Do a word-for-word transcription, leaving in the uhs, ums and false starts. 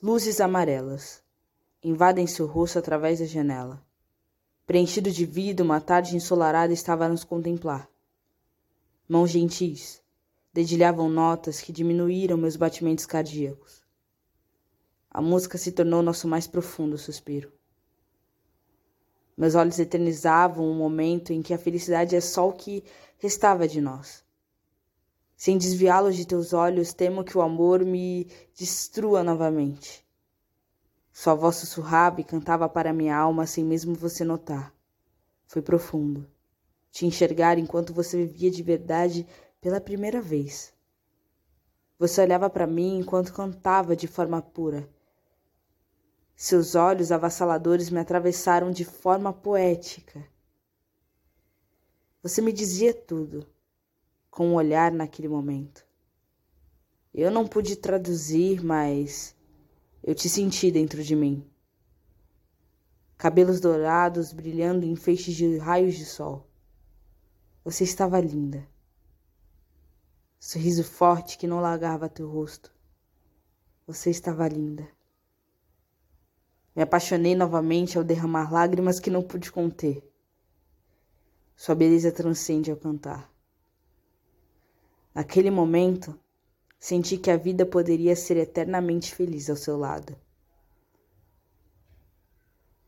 Luzes amarelas invadem seu rosto através da janela. Preenchido de vida, uma tarde ensolarada estava a nos contemplar. Mãos gentis dedilhavam notas que diminuíram meus batimentos cardíacos. A música se tornou nosso mais profundo suspiro. Meus olhos eternizavam um momento em que a felicidade é só o que restava de nós. Sem desviá-los de teus olhos, temo que o amor me destrua novamente. Sua voz sussurrava e cantava para minha alma sem mesmo você notar. Foi profundo. Te enxergar enquanto você vivia de verdade pela primeira vez. Você olhava para mim enquanto cantava de forma pura. Seus olhos avassaladores me atravessaram de forma poética. Você me dizia tudo, com um olhar naquele momento. Eu não pude traduzir, mas eu te senti dentro de mim. Cabelos dourados brilhando em feixes de raios de sol. Você estava linda. Sorriso forte que não largava teu rosto. Você estava linda. Me apaixonei novamente ao derramar lágrimas que não pude conter. Sua beleza transcende ao cantar. Naquele momento, senti que a vida poderia ser eternamente feliz ao seu lado.